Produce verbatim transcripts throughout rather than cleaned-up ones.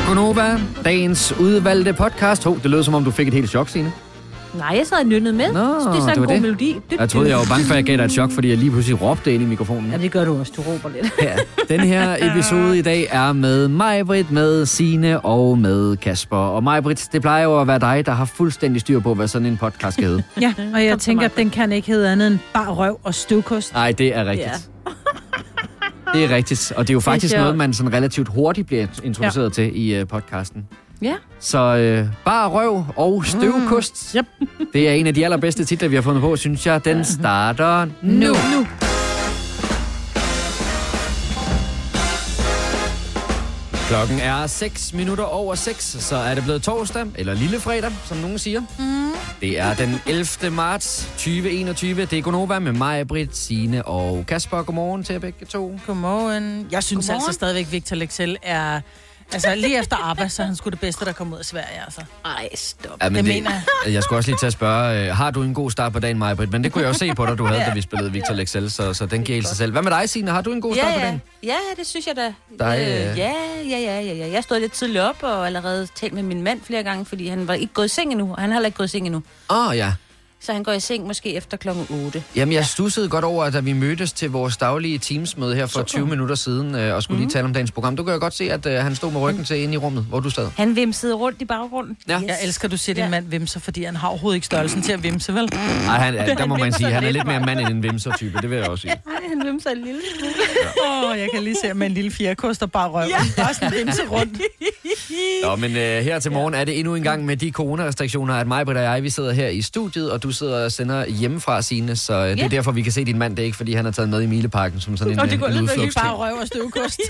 Gonova, dagens udvalgte podcast. Hov, det lød som om du fik et helt chok, Signe. Nej, jeg sad og nynnede med. Nå, det er sådan det en var god det. melodi. Jeg troede, jeg var bange for, at jeg gav dig et chok, fordi jeg lige pludselig råbte ind i mikrofonen. Ja, det gør du også. Du råber lidt. Ja, den her episode i dag er med Maj-Brit, med Signe og med Kasper. Og Maj-Brit, det plejer jo at være dig, der har fuldstændig styr på, hvad sådan en podcast skal hedde. Ja, og jeg tænker, at den kan ikke hedde andet end bare røv og støvkost. Nej, det er rigtigt. Ja. Det er rigtigt, og det er jo faktisk sjovt. noget, man sådan relativt hurtigt bliver introduceret Ja. til i uh, podcasten. Ja. Så øh, bare røv og støvkost. Mm. Yep. Det er en af de allerbedste titler, vi har fundet på, synes jeg. Den starter nu. Nu. Klokken er seks minutter over seks, så er det blevet torsdag, eller lille fredag, som nogen siger. Mm. Det er den ellevte marts tyve enogtyve. Det er Gonova med mig, Britt, Signe og Kasper. Godmorgen til jer begge to. Godmorgen. Jeg synes Godmorgen. altså stadigvæk, Victor Lexell er... Altså, lige efter ABBA, så er han sgu det bedste, der kom ud af Sverige, altså. Ej, stop. Ja, men Det det, mener jeg. Jeg skulle også lige til at spørge, øh, har du en god start på dagen, Maj-Brit? Men det kunne jeg jo se på dig, du havde, da vi spillede Victor Lexell, så, så den giver helt sig selv. Hvad med dig, Signe? Har du en god start Ja, på ja. dagen? Ja, det synes jeg da. Dig, Øh, øh. ja, ja, ja, ja, ja. Jeg stod lidt tidligt op og allerede talt med min mand flere gange, fordi han var ikke gået i seng endnu, og han har heller ikke gået i seng endnu. Åh, oh, ja. Så han går i seng måske efter klokken otte. Jamen, jeg stussede godt over, at da vi mødtes til vores daglige Teams-møde her for tyve minutter siden, øh, og skulle mm. lige tale om dagens program. Du kan jo godt se, at øh, han stod med ryggen til inde i rummet, hvor du stod. Han vimsede rundt i baggrunden. Ja. Jeg elsker, du siger, din Ja. mand vimser, fordi han har overhovedet ikke størrelsen til at vimse, vel? Nej, han, der må man vimser sige, han er lidt lidt mere meget. mand end en vimser-type, det vil jeg også sige. Nej, han vimser en lille smule. Åh, oh, jeg kan lige se med en lille fjerkost og bare røv. Ja. Bare sådan vimse rundt. Nå, men øh, her til morgen er det endnu en gang med de coronarestriktioner, at mig, Britt og jeg, vi sidder her i studiet, og du sidder og sender hjemmefra, Signe, så øh, det er Ja. derfor, vi kan se din mand. Det er ikke, fordi han har taget med i Mileparken som sådan en, Og det øh, går en lidt udflugtsting. bare røv og støvkost.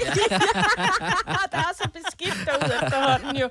Der er så beskidt derude efterhånden jo.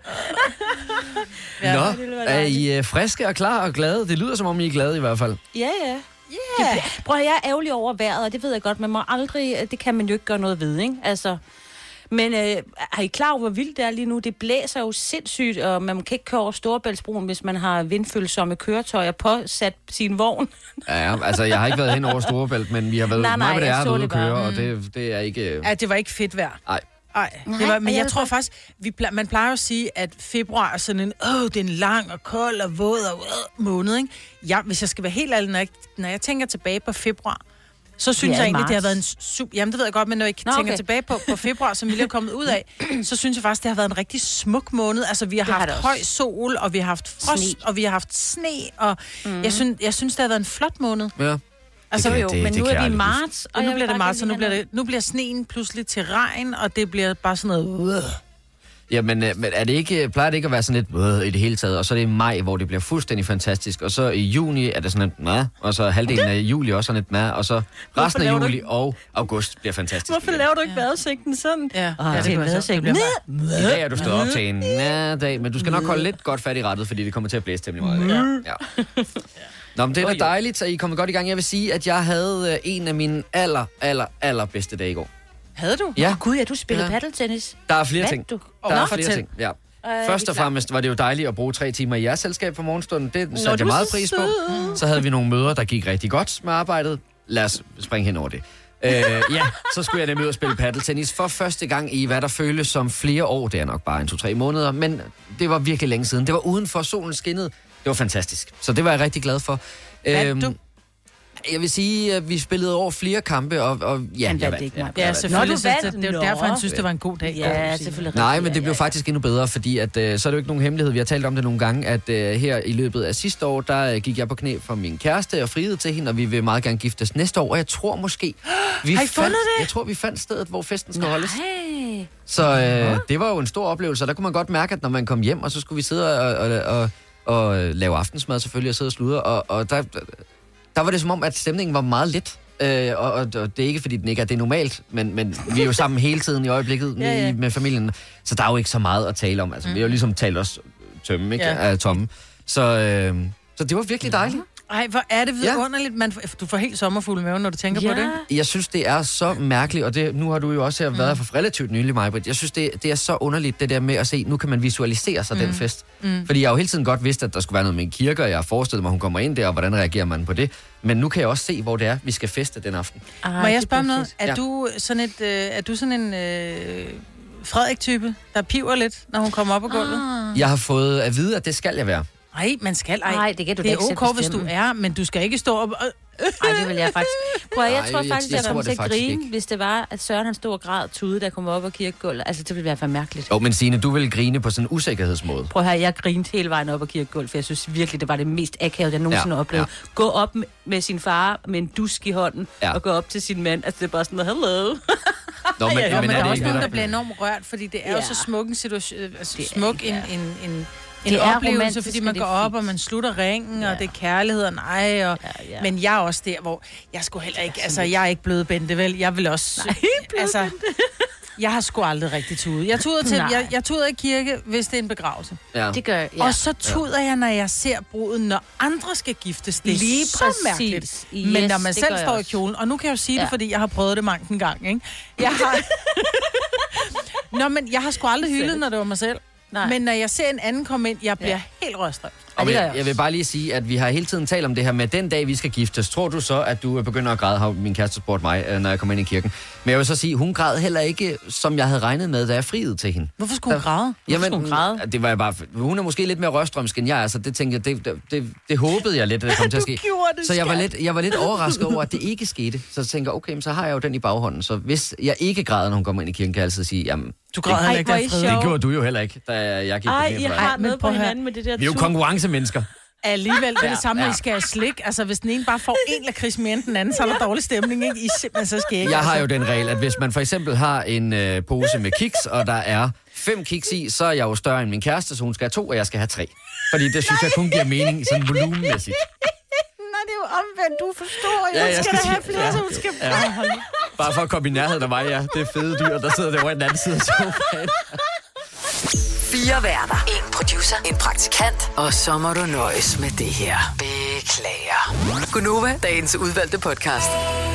Nå, det ville være er I øh, friske og klar og glade? Det lyder, som om I er glade i hvert fald. Ja, ja. Yeah. Prøv at, jeg er ærgerlig over vejret, og det ved jeg godt, man må aldrig, det kan man jo ikke gøre noget ved, ikke? Altså, men øh, er I klar over, hvor vildt det er lige nu? Det blæser jo sindssygt, og man kan ikke køre over Storebæltsbroen, hvis man har vindfølsomme køretøjer påsat sin vogn. Ja, altså, jeg har ikke været hen over Storebælt, men vi har været Nej, nej, meget med det jeg er så ude det at bare. køre, og det, det er ikke... Øh, Ja, det var ikke fedt vejr. nej. Ej, Nej, det var, men og jeg, jeg tror ved faktisk, vi ple- man plejer jo at sige, at februar er sådan en, åh, det er en lang og kold og våd og øh, måned, ikke? Ja, hvis jeg skal være helt ærlig, når jeg, når jeg tænker tilbage på februar, så synes er jeg i egentlig, det har marts. været en super... Jamen, det ved jeg godt, men når jeg Nå, tænker okay. tilbage på, på februar, som vi lige er kommet ud af, så synes jeg faktisk, det har været en rigtig smuk måned. Altså, vi har Det har haft det også. høj sol, og vi har haft frost, Sne. og vi har haft sne, og mm. jeg, synes, jeg synes, det har været en flot måned. Ja. Altså, kan- Jo, det- men det nu kan er jeg vi i aldrig huske. marts, og nu jeg bliver vil det bare marts, så nu gerne bliver, lige det, nu bliver sneen pludselig til regn, og det bliver bare sådan noget... Øh. Ja, men, øh, men er det ikke, plejer det ikke at være sådan lidt øh, i det hele taget, og så er det i maj, hvor det bliver fuldstændig fantastisk, og så i juni er det sådan lidt mad, og så halvdelen af juli også sådan lidt mad, og så resten af laver du juli og august bliver fantastisk. Hvorfor laver du ikke vejrudsigten sådan? Ja, Ah, ja, det er kunne jeg så- vejrudsigt. det bliver Næ! bare- I dag er du stået op til en dag, men du skal nok holde lidt godt fat i rettet, fordi det kommer til at blæse temmelig meget. Ja. Ja. Nå, men det er da dejligt, at I er kommet godt i gang. Jeg vil sige, at jeg havde øh, en af mine aller, aller, aller bedste dage i går. Havde du? Ja, Gud, ja, du spillede Ja. paddeltennis. der er flere Vandt ting. du? Der er Nå, flere fortæl. ting, ja. Øh, Først og klar. fremmest var det jo dejligt at bruge tre timer i jeres selskab for morgenstunden. Det Nå, satte du jeg er meget så pris på. sød. Så havde vi nogle møder, der gik rigtig godt med arbejdet. Lad os springe hen over det. øh, ja, så skulle jeg nemlig ud og spille paddeltennis for første gang i, hvad der føles som flere år. Det er nok bare en, to, tre måneder, men det var virkelig længe siden. Det var udenfor, solen skinnede. Det var fantastisk. Så det var jeg rigtig glad for. Vandt du? Jeg vil sige, at vi spillede over flere kampe, og, og ja, Han jeg vandt vandt. ikke, Ja, Maja. Ja, jeg vandt. selvfølgelig. Nå, du så vandt. det, det er jo Nå. derfor, han synes, det var en god dag. Ja, selvfølgelig. Nej, rigtigt. men det blev Ja, ja. faktisk endnu bedre, fordi at, øh, så er det jo ikke nogen hemmelighed. Vi har talt om det nogle gange, at øh, her i løbet af sidste år, der øh, gik jeg på knæ for min kæreste og friede til hende, og vi vil meget gerne giftes næste år. Og jeg tror måske... Vi Har I fundet fandt, det? Jeg tror, vi fandt stedet, hvor festen skal holdes. Nej. Så øh, det var jo en stor oplevelse, og der kunne man godt mærke, at når man kom hjem, og så skulle vi sidde og, og, og, og lave aftensmad selvfølgelig, og sidde og sludre, og, og der, der var det som om, at stemningen var meget let. Øh, og, og, og det er ikke, fordi den ikke er, det er normalt, men, men vi er jo sammen hele tiden i øjeblikket Ja, ja. med, med familien, så der er jo ikke så meget at tale om. Altså, mm. vi har jo ligesom talt os tømme, ikke? Ja. Ja. Tomme. Så, øh, så det var virkelig dejligt. Ej, hvor er det vidunderligt. Man, du får helt sommerfugle i maven, når du tænker Ja. på det. Jeg synes, det er så mærkeligt, og det, nu har du jo også her været her for relativt nylig, Maj-Brit. Jeg synes, det, det er så underligt, det der med at se, nu kan man visualisere sig mm. den fest. Mm. Fordi jeg har jo hele tiden godt vidst, at der skulle være noget med en kirke, og jeg har forestillet mig, at hun kommer ind der, og hvordan reagerer man på det. Men nu kan jeg også se, hvor det er, vi skal feste den aften. Ej, Må jeg det spørge om bliver noget? fedt. Er, Ja. du sådan et, øh, er du sådan en øh, Frederik-type, der piver lidt, når hun kommer op på gulvet? Ah. Jeg har fået at vide, at det skal jeg være. Nej, man skal ej. Nej, det kan du det da er ikke ok, hvis du er, men du skal ikke stå op... Nej, det vil jeg faktisk. Prøv, jeg Nej, tror jeg- faktisk, jeg at jeg tror kommer til det at faktisk grine, ikke. hvis det var, at Søren han stod og græd tude, der kom op og kirkegulvet. Altså, det ville være for mærkeligt. Jo, men Signe, du vil grine på sådan en usikkerhedsmåde. Prøv at høre, jeg grinte hele vejen op ad kirkegulvet, for jeg synes virkelig, det var det mest akavet, jeg nogensinde Ja, har oplevet. ja. Gå op med, med sin far med en dusk i hånden, Ja. og gå op til sin mand. Altså, det er bare sådan noget, hello. Nå, men, Ja, men, men der er er det også ikke nogen, der netop- bliver enormt rørt, fordi det er jo Ja. så smuk en situation, altså Det er- smuk en, ja. en, en, en Det er oplevelse, romantisk, fordi og man det går er op, fint. og man slutter ringen, og Ja. det er kærlighed og nej, og, Ja, ja. men jeg er også der, hvor jeg skulle heller ikke, altså jeg er ikke bløde Bente, vel? Jeg vil også, Nej, bløde altså, jeg har sgu aldrig rigtig tudet. Jeg tuder til, Nej. jeg, jeg tuder i kirke, hvis det er en begravelse. Ja. Det gør jeg. Ja. Og så tuder jeg, når jeg ser bruden, når andre skal giftes. Det er Lige så præcis. mærkeligt. Yes, Men når man det selv gør jeg står i også. kjolen, og nu kan jeg jo sige ja. Ja. det, fordi jeg har prøvet det mange en gang, ikke? Jeg har... Nå, men jeg har sgu aldrig hyldet, når det var mig selv. Nej. Men når jeg ser en anden komme ind, jeg bliver Ja. ja. helt røstret. Ja, det gør jeg jeg, jeg vil bare lige sige, at vi har hele tiden talt om det her med den dag, vi skal giftes. Tror du så, at du begynder at græde, har min kæreste spurgt mig, øh, når jeg kommer ind i kirken. Men jeg vil så sige, hun græd heller ikke, som jeg havde regnet med, da jeg friede til hende. Hvorfor skulle hun græde? skulle hun græde? Det var jeg bare, hun er måske lidt mere rørstrømsk end jeg er, så det tænkte jeg, det, det, det, det håbede jeg lidt, at det kom til at ske. gjorde det, så jeg var, skat. lidt, jeg var lidt overrasket over, at det ikke skete. Så jeg tænker, okay, så har jeg jo den i baghånden. Så hvis jeg ikke græder, når hun kommer ind i kirken, kan jeg altid sige, jamen, Du græder heller ikke, hvor der er I er fred. sjov. det gjorde du jo heller ikke, da jeg gik på Ej, det I her. har men noget på prøv at høre. hinanden med det der Vi er jo tu- konkurrencemennesker. Alligevel, det er det samme, når Ja. I skal have slik. Altså, hvis den ene bare får en lakrids mere end den anden, så er der dårlig stemning, ikke? I er simpelthen så skægge. Jeg har altså. jo den regel, at hvis man for eksempel har en øh, pose med kiks, og der er fem kiks i, så er jeg jo større end min kæreste, så hun skal have to, og jeg skal have tre. Fordi det synes jeg kun giver mening sådan volumenmæssigt. Nej, det er jo omvendt, du forstår. Ja, Ja, jeg jeg skal skal da have sige- flere, ja. så hun skal... Ja. Bare for at komme i nærheden af mig, ja. Det er fede dyr, der sidder derovre i den anden side af sofaen. Fire værter. En producer. En praktikant. Og så må du nøjes med det her. Beklager. Gunova, dagens udvalgte podcast.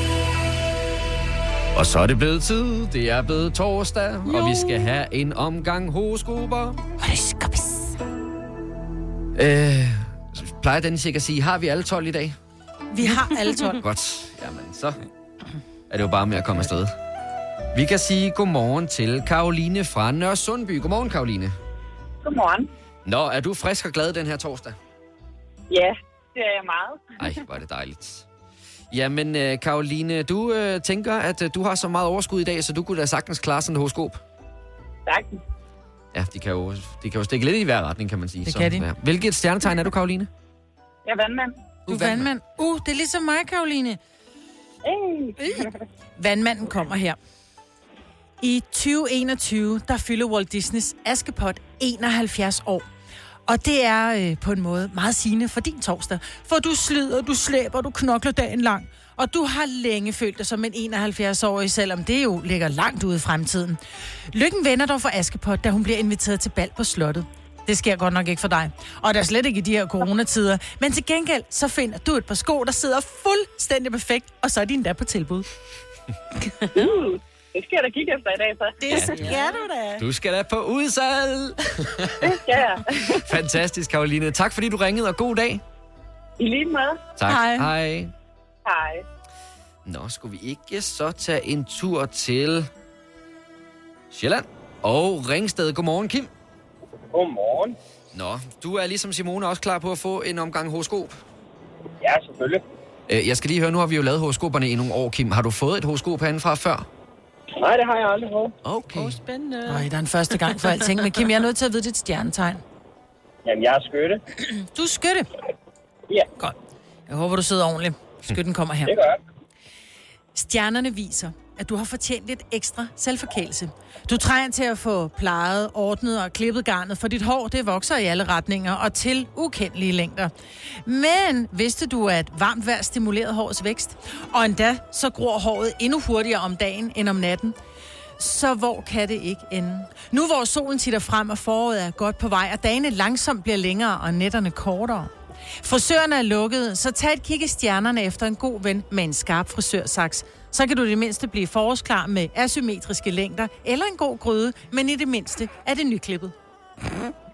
Og så er det blevet tid. Det er blevet torsdag, jo. Og vi skal have en omgang horoskoper. Øh, plejer den cirka at sige, har vi alle tolv i dag? Vi har alle tolv. Godt. Jamen, så er det jo bare med at komme afsted. Vi kan sige godmorgen til Karoline fra Nørre Sundby. Godmorgen, Karoline. Godmorgen. Nå, er du frisk og glad den her torsdag? Ja, det er jeg meget. Ej, hvor er det dejligt. Jamen, øh, Karoline, du øh, tænker, at øh, du har så meget overskud i dag, så du kunne da sagtens klare sådan et horoskop. Tak. Ja, de kan jo, de kan jo stikke lidt i hver retning, kan man sige. Det så, kan de. Ja. Hvilket stjernetegn er du, Karoline? Jeg er vandmand. Du er vandmand. Uh, det er ligesom mig, Karoline. Hey. Vandmanden kommer her. I tyve enogtyve, der fylder Walt Disneys Askepot enoghalvfjerds år. Og det er øh, på en måde meget sigende for din torsdag. For du slider, du slæber, du knokler dagen lang. Og du har længe følt dig som en enoghalvfjerds-årig, selvom det jo ligger langt ude i fremtiden. Lykken vender dog for Askepot, da hun bliver inviteret til bal på slottet. Det sker godt nok ikke for dig. Og der er slet ikke i de her coronatider. Men til gengæld, så finder du et par sko, der sidder fuldstændig perfekt, og så er de endda på tilbud. Uh, det skal jeg da kigge efter i dag, så. Det skal du da. Du skal da på udsalg. Det skal jeg. Fantastisk, Karoline. Tak fordi du ringede, og god dag. I lige måde. Tak. Hej. Hej. Hej. Nå, skulle vi ikke så tage en tur til Sjælland og Ringsted. Godmorgen, Kim. Godmorgen. Nå, du er ligesom Simone også klar på at få en omgang horoskop. Ja, selvfølgelig. Øh, Jeg skal lige høre, nu har vi jo lavet horoskoperne i nogle år, Kim. Har du fået et horoskop herindefra før? Nej, det har jeg aldrig fået. Okay. Åh, spændende. Øj, der er en første gang for alting. Men Kim, jeg er nødt til at vide dit stjernetegn. Jamen, jeg er skytte. Du er skytte. Ja, Godt. Jeg håber, du sidder ordentligt. Skytten kommer her. det gør jeg. Stjernerne viser, at du har fortjent lidt ekstra selvforkælelse. Du trænger til at få plejet, ordnet og klippet garnet, for dit hår det vokser i alle retninger og til ukendelige længder. Men vidste du, at varmt vejr stimulerer hårets vækst? Og endda så gror håret endnu hurtigere om dagen end om natten. Så hvor kan det ikke ende? Nu hvor solen titter frem, og foråret er godt på vej, og dagene langsomt bliver længere og nætterne kortere. Frisørerne er lukkede, så tag et kig i stjernerne efter en god ven med en skarp frisørsaks. Så kan du i det mindste blive forårsklar med asymmetriske længder, eller en god gryde, men i det mindste er det nyklippet.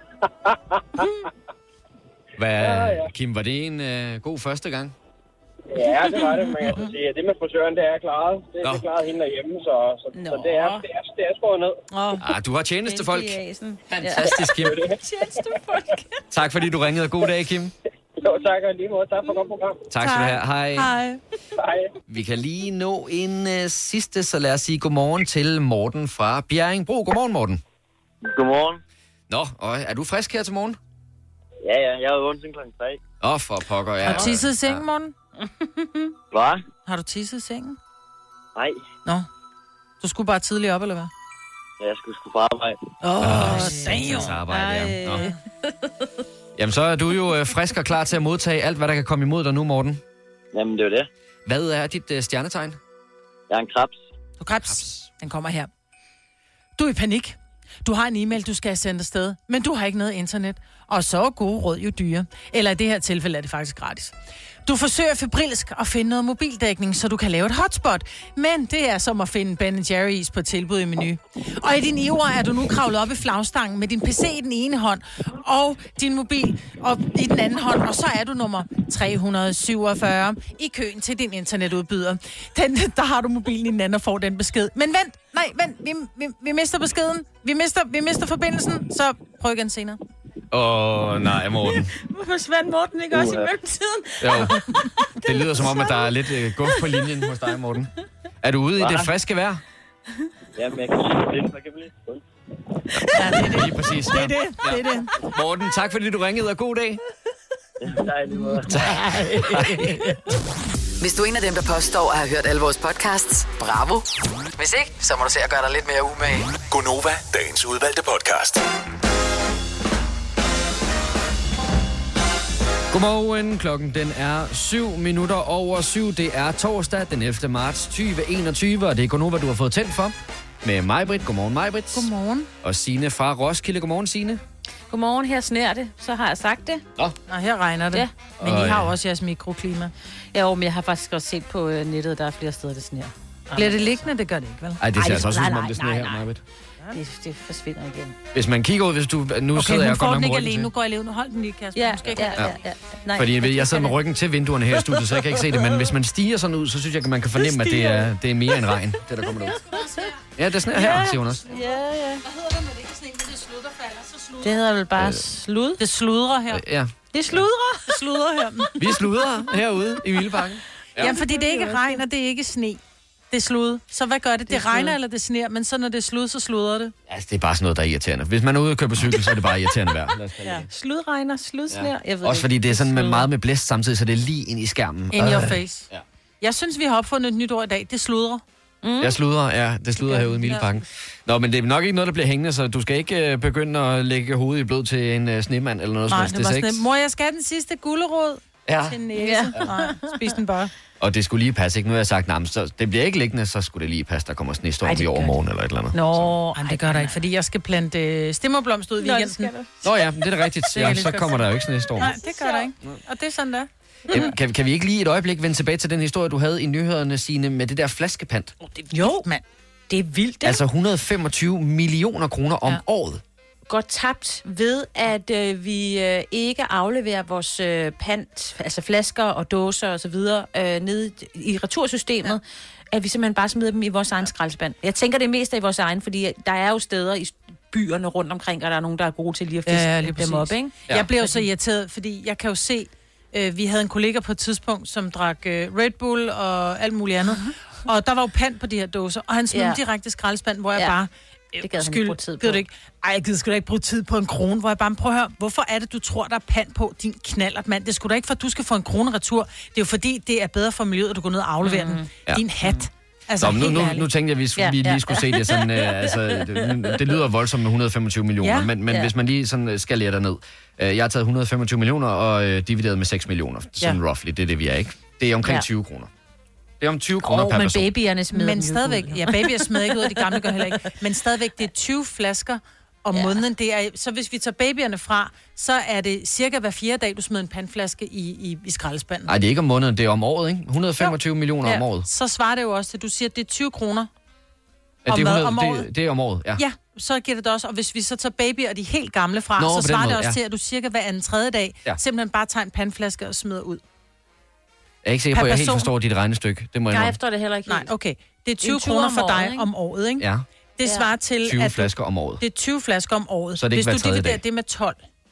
Hvad, Kim, var det en øh, god første gang? Ja, det var det, men jeg skal sige, at det med frisøren, det er klaret. Det, Nå. det er klaret hende derhjemme, så, så, så det, er, det, er, det er skåret ned. Åh, Ah, du har tjenestefolk. Fantastisk. Fantastisk, Kim. Tjenestefolk. Tak fordi du ringede, og god dag, Kim. Jo, tak, og lige måde. Tak for et godt program. Tak skal du have. Hej. Hej. Hej. Vi kan lige nå en uh, sidste, så lad os sige godmorgen til Morten fra Bjerringbro. Godmorgen, Morten. Godmorgen. Nå, og er du frisk her til morgen? Ja, ja, jeg er vågnet siden klokken tre. Åh, oh, for pokker, ja. Har du tisset i sengen, Morten? Hvad? Har du tisset i sengen? Nej, Nå. Du skulle bare tidligt op, eller hvad? jeg skulle sgu på arbejde. Åh, Åh, satans arbejde, ja. Nå. Jamen, så er du jo øh, frisk og klar til at modtage alt, hvad der kan komme imod dig nu, Morten. Jamen, det er jo det. Hvad er dit øh, stjernetegn? Jeg er en krebs. Du krebs. Den kommer her. Du er i panik. Du har en e-mail, du skal have sendt afsted, men du har ikke noget internet. Og så er gode råd jo dyre. Eller i det her tilfælde er det faktisk gratis. Du forsøger febrilsk at finde noget mobildækning, så du kan lave et hotspot. Men det er som at finde Ben Jerry's på tilbud i Menu. Og i din iver er du nu kravlet op i flagstangen med din P C i den ene hånd, og din mobil og i den anden hånd. Og så er du nummer tre hundrede syvogfyrre i køen til din internetudbyder. Den, der har du mobilen i den anden og får den besked. Men vent, nej, vent, vi, vi, vi mister beskeden. Vi mister, vi mister forbindelsen, så prøv igen senere. Åh, oh, nej, Morten. Hvorfor forsvandt Morten ikke også i mellemtiden? Jo, det lyder som om, at der er lidt øh, guf på linjen hos dig, Morten. Er du ude i det friske vejr? Jamen, jeg kan sige det, så kan vi lige. Ja, det er det. Lige præcis. Det er det. Det er det. Morten, tak fordi du ringede, og god dag. Dejlig måde. Hvis du er en af dem, der påstår at have hørt alle vores podcasts, bravo. Hvis ikke, så må du se at gøre dig lidt mere umage. Gonova, dagens udvalgte podcast. Godmorgen, klokken den er syv minutter over syv. Det er torsdag den ellevte marts tyve enogtyve, og det er Gonova, du har fået tændt for. Med Majbrit. Godmorgen, Majbrit. Godmorgen. Og Signe fra Roskilde. Godmorgen, Signe. Godmorgen, her sner det. Så har jeg sagt det. Nå. Nå, her regner det. Ja. Men Og, I har øh, jo også jeres mikroklima. Ja, men jeg har faktisk også set på øh, nettet, at der er flere steder, det sner. Bliver det liggende? Det gør det ikke, vel? Ej, det ser Ej, altså også ud, nej, som om nej, det sneer nej, her, nej. Majbrit. Det, det forsvinder igen. Hvis man kigger ud, hvis du... Nu Okay, sidder jeg hun får godt den nok ikke med alene. ryggen Nu til. går jeg lige ud. Hold den lige, Kasper. Ja, Du skal ikke ja, have ja, ja. Nej, Fordi det jeg sidder med kan ryggen til vinduerne her i studiet, så jeg kan ikke se det. Men hvis man stiger sådan ud, så synes jeg, at man kan fornemme, at det er, det er mere end regn, det der kommer ud. Ja, det sneer her, siger hun også. det. Ja, ja. Hvad hedder det, når det ikke er sne, men det er slud, der falder? Så sludrer Det hedder vel bare slud. det sludrer her. Ja, Det sludrer. Det sludrer her. vi sludrer herude i Vildparken. Ja. Jamen, fordi det ikke regn, og det er ikke sne. Det er slud. Så hvad gør det? Det, det slud. regner, eller det sner, men så når det er slud, så sludrer det. Altså, det er bare sådan noget, der er irriterende. Hvis man er ude og køber cykel, så er det bare irriterende vejr. Lad os kalde det. Sludregner, sludsner. Ja. Jeg ved Også ikke. fordi det er sådan med slud. meget med blæst samtidig, så det er lige ind i skærmen. In your Øh, face. Ja. Jeg synes, vi har opfundet et nyt ord i dag. Det sludrer. Mm. Jeg sludrer, ja, det sludrer herude i Mildeparken. Nå, men det er nok ikke noget, der bliver hængende, så du skal ikke øh, begynde at lægge hovedet i blod til en øh, snemand eller noget Nej, sådan det var er sådan, ikke... mor, jeg skal have den sidste gulerod Ja, til næse. Ja. Nej, spis den bare. og det skulle lige passe, ikke? Nu har jeg sagt, nah, så det bliver ikke liggende, så skulle det lige passe, der kommer snestorm Ej, det i gør overmorgen eller et eller andet. Nå, Ej, det gør der ikke, fordi jeg skal plante øh, stimmerblomst ud i Nå, det weekenden. skal du. Nå ja, det er da rigtigt. Det er Ja, lidt så godt. kommer der jo ikke snestorm. Nej, det gør der ikke. Og det er sådan der. Em, Kan, kan vi ikke lige et øjeblik vende tilbage til den historie, du havde i nyhederne, Signe, med det der flaskepant? Jo, mand. Det er vildt, det. Altså et hundrede og femogtyve millioner kroner om Ja. året. Går tabt ved, at øh, vi øh, ikke afleverer vores øh, pant, altså flasker og dåser og så videre, øh, ned i retursystemet, ja. At vi simpelthen bare smider dem i vores egen skraldespand. Jeg tænker, det er mest af i vores egen, fordi der er jo steder i byerne rundt omkring, og der er nogen, der er gode til lige at fiske Ja, lige dem præcis. op, ikke? Ja. Jeg blev jo så irriteret, fordi jeg kan jo se, øh, vi havde en kollega på et tidspunkt, som drak øh, Red Bull og alt muligt andet. Og der var jo pant på de her dåser, og han smed Ja. dem direkte i skraldespanden, hvor jeg Ja. bare... Det gad han ikke bruge tid på. gider du ikke? Ej, jeg gider sgu da ikke bruge tid på en krone, hvor jeg bare prøver at høre, hvorfor er det, du tror, der er pant på din knallert, mand? Det er sgu da ikke, for at du skal få en krone retur. Det er jo fordi, det er bedre for miljøet, at du går ned og afleverer mm. den. Ja. Din hat. Altså, Nå, men nu, helt nu, ærligt. nu tænkte jeg, at vi, Ja, ja, vi lige ja, skulle ja. se det sådan, øh, altså, det, det lyder voldsomt med et hundrede og femogtyve millioner, Ja. men, men Ja. hvis man lige sådan øh, skalerer der ned. Øh, jeg har taget et hundrede og femogtyve millioner og øh, divideret med seks millioner, sådan Ja. roughly, det er det, vi er, ikke? Det er omkring Ja. tyve kroner. Det er om tyve kroner Åh, per men person. babyerne smider Men dem jo stadigvæk, ud. ja, babyer smider ikke ud, og de gamle gør heller ikke. Men stadigvæk, det er tyve flasker om Ja. måneden. Det er, så hvis vi tager babyerne fra, så er det cirka hver fjerde dag, du smider en pandflaske i, i, i skraldespanden. Nej, det er ikke om måneden, det er om året, ikke? et hundrede og femogtyve millioner om året. Så svarer det jo også til, at du siger, at det er tyve kroner. Ja, det, er om hvad? hundrede, Om det, året? det er om året, ja. Ja, så giver det det også. Og hvis vi så tager babyer og de helt gamle fra, Nå, på så den svarer måde, det også ja. til, at du cirka hver anden tredje dag Ja. simpelthen bare tager en pandflaske og smider ud. er ikke sikker på, at jeg helt forstår dit regnestykke. Det må jeg Nej, jeg forstår det heller ikke Nej, helt. okay. Det er tyve kroner for dig om året, ikke? Ja. Det svarer til, tyve at flasker om året. det er tyve flasker om året. Så det er ikke hvis hver du tredje dividerer dag. det med tolv.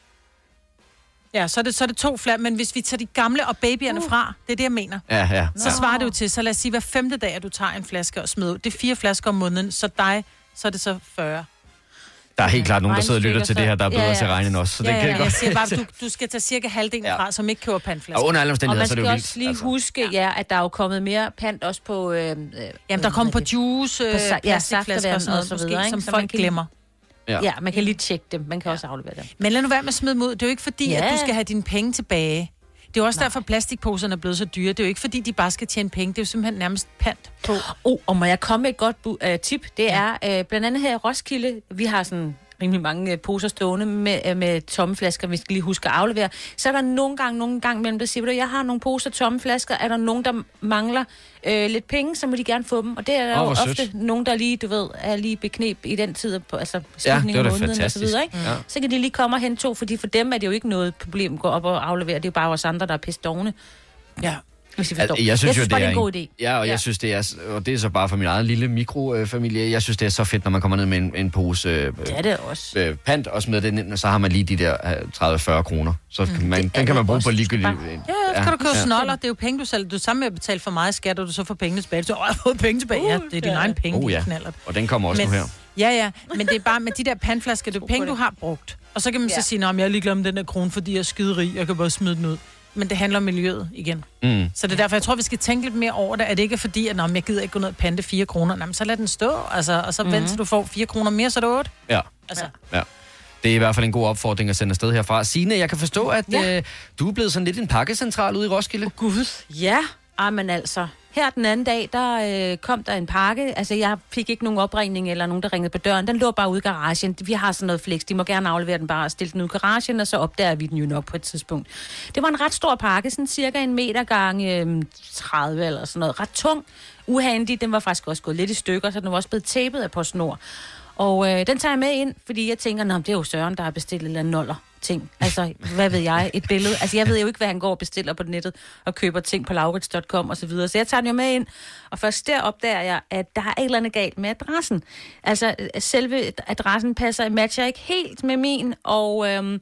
Ja, så er det, så er det to flasker. Men hvis vi tager de gamle og babyerne uh. fra, det er det, jeg mener. Ja, ja. Så svarer det jo til, så lad os sige, hver femte dag, at du tager en flaske og smider ud. Det er fire flasker om måneden, så dig, så er det så fyrre. Der er helt klart nogen, der sidder og lytter til det her, der er bedre Ja, ja. til at regne end os. Så Ja, det ja, kan ja. jeg Jeg godt. siger bare, du, du skal tage cirka halvdelen Ja. fra, som ikke køber pandflasker. Og under alle Og omstændigheder, man så er skal det jo også vildt. lige altså. huske, ja, at der er jo kommet mere pant også på... Øh, øh, Jamen, der kommer på juice, øh, På sa- ja, plastikflasker og sådan noget, saftevand og så måske, videre, som ikke? Så folk man kan- glemmer. Ja. Ja, man kan lige tjekke dem. Man kan også aflevere dem. Men lad nu være med at smide dem ud. Det er jo ikke fordi, Ja. at du skal have dine penge tilbage. Det er jo også derfor, plastikposerne er blevet så dyre. Det er jo ikke fordi, de bare skal tjene penge. Det er jo simpelthen nærmest pant på. Oh, og må jeg komme med et godt bu- uh, tip? Det er uh, blandt andet her i Roskilde. Vi har sådan rimelig mange uh, poser stående med, uh, med tomme flasker, vi skal lige huske at aflevere. Så er der nogle gange, nogle gange mellem, der siger, du, jeg har nogle poser tomme flasker. Er der nogen, der mangler uh, lidt penge, så må de gerne få dem. Og det er der Åh, oh, hvor jo ofte sødt. nogen, der lige, du ved, er lige beknep i den tid, på, altså Ja, slutningen det var af da måneden og så fantastisk. videre. Ikke? Ja. Så kan de lige komme og hente to, fordi for dem er det jo ikke noget problem at gå op og aflevere. Det er jo bare os andre, der er pisse dogne. Ja. Hvis I forstår. Altså, jeg synes, jeg synes jo, bare, det det er en god idé. Ja, og jeg Ja. synes, det er, og det er så bare for min egen lille mikrofamilie, jeg synes, det er så fedt, når man kommer ned med en, en pose øh, Det er det også. øh, pant, og smider den ind, og så har man lige de der øh, tredive til fyrre kroner. Så kan man, den kan man bruge på ligegyldigt. Ja, så kan du købe snoller. Det er jo penge, du selv. Du er sammen med at betale for meget skat, og du så får pengene tilbage. Så, åh, jeg har fået penge tilbage. Ja, det er dine egne penge, Oh, de ja. knallert. Og den kommer også Men- nu her. Ja, ja, men det er bare med de der pandflasker, det er penge, du har brugt. Og så kan man Ja. så sige, at jeg er ligeglad med den der krone, fordi jeg er skiderig, jeg kan bare smide den ud. Men det handler om miljøet igen. Mm. Så det er derfor, jeg tror, vi skal tænke lidt mere over det, at det ikke er fordi, at når jeg gider ikke gå ned og pante fire kroner, jamen, så lad den stå, altså, og så mm-hmm. vent til du får fire kroner mere, så er det otte. Ja. Altså, Ja. Det er i hvert fald en god opfordring at sende afsted herfra. Signe, jeg kan forstå, at Ja. øh, du er blevet sådan lidt en pakkecentral ude i Roskilde. Gud. Ja, ah, men altså, her den anden dag, der øh, kom der en pakke. Altså, jeg fik ikke nogen opringning eller nogen, der ringede på døren. Den lå bare ude i garagen. Vi har sådan noget flex. De må gerne aflevere den bare og stille den ud i garagen, og så opdager vi den jo nok på et tidspunkt. Det var en ret stor pakke, sådan cirka en meter gange øh, tredive eller sådan noget. Ret tung. Uhandig. Den var faktisk også gået lidt i stykker, så den var også blevet tæppet af på snor. Og øh, den tager jeg med ind, fordi jeg tænker, det er jo Søren, der har bestilt en eller anden noller ting. Altså, hvad ved jeg? Et billede. Altså, jeg ved jo ikke, hvad han går og bestiller på nettet og køber ting på laurits punktum com og så videre. Så jeg tager den jo med ind, og først der opdager jeg, at der er et eller andet galt med adressen. Altså, selve adressen passer, matcher ikke helt med min, og, øhm,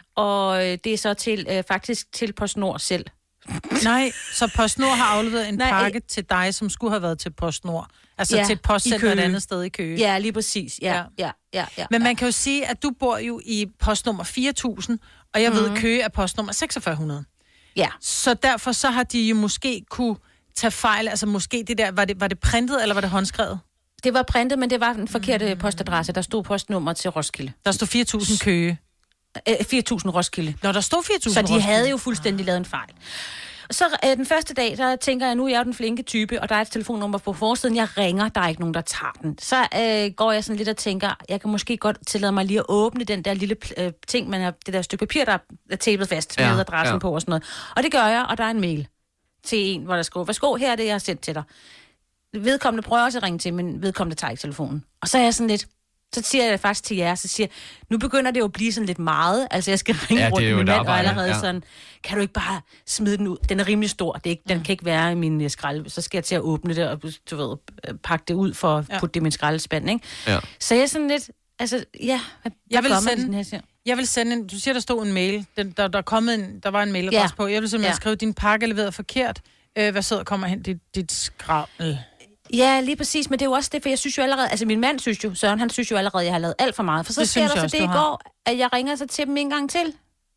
og det er så til, øh, faktisk til PostNord selv. nej, så PostNord har afleveret en Nej, pakke til dig, som skulle have været til PostNord. Altså Ja, til et i postcenter Køge. et andet sted i Køge. Ja, lige præcis. Ja, Ja. ja, ja. ja, ja. Men man kan jo sige, at du bor jo i postnummer fire tusind, og jeg mm. ved, at Køge er postnummer seksogfyrre hundrede. Ja. Så derfor så har de jo måske kunne tage fejl. Altså måske det der, var det, var det printet, eller var det håndskrevet? Det var printet, men det var den forkerte postadresse. Der stod postnummer til Roskilde. Der stod fire tusind Køge. Øh, fire tusind Roskilde. Når der stod fire tusind Så de havde jo fuldstændig lavet en fejl. Så øh, den første dag, der tænker jeg, nu er jeg jo den flinke type, og der er et telefonnummer på forsiden. Jeg ringer, der er ikke nogen, der tager den. Så øh, går jeg sådan lidt og tænker, jeg kan måske godt tillade mig lige at åbne den der lille øh, ting, man har, det der stykke papir, der er tapet fast Ja, med adressen ja. på og sådan noget. Og det gør jeg, og der er en mail til en, hvor der skriver, værsgo, her er det, jeg har sendt til dig. Vedkommende prøver også at ringe til, men vedkommende tager ikke telefonen. Og så er jeg sådan lidt, så siger jeg det faktisk til jer, så siger jeg, nu begynder det jo at blive sådan lidt meget. Altså, jeg skal ringe Ja, rundt det er med jo min et mand, og arbejde, allerede ja. sådan, kan du ikke bare smide den ud? Den er rimelig stor, det er ikke, den kan ikke være i min øh, skrald. Så skal jeg til at åbne det og, du ved, øh, pakke det ud for at Ja. putte det i min skraldespand, ikke? Ja. Så jeg er sådan lidt, altså, ja, hvad, Jeg hvad vil gør man sende- i sådan her siger? Jeg vil sende en, du siger, der stod en mail. Den, der, der, er kommet en, der var en mailadresse Ja. på. Jeg vil simpelthen Ja. skrive, din pakke er leveret forkert. Øh, hvad så kommer hen dit, dit skrammel? Ja, lige præcis, men det er jo også det, for jeg synes jo allerede, altså min mand synes jo, Søren, han synes jo allerede, at jeg har lavet alt for meget. For så Det sker synes der jeg så også, det i du har. går, at jeg ringer så til dem en gang til.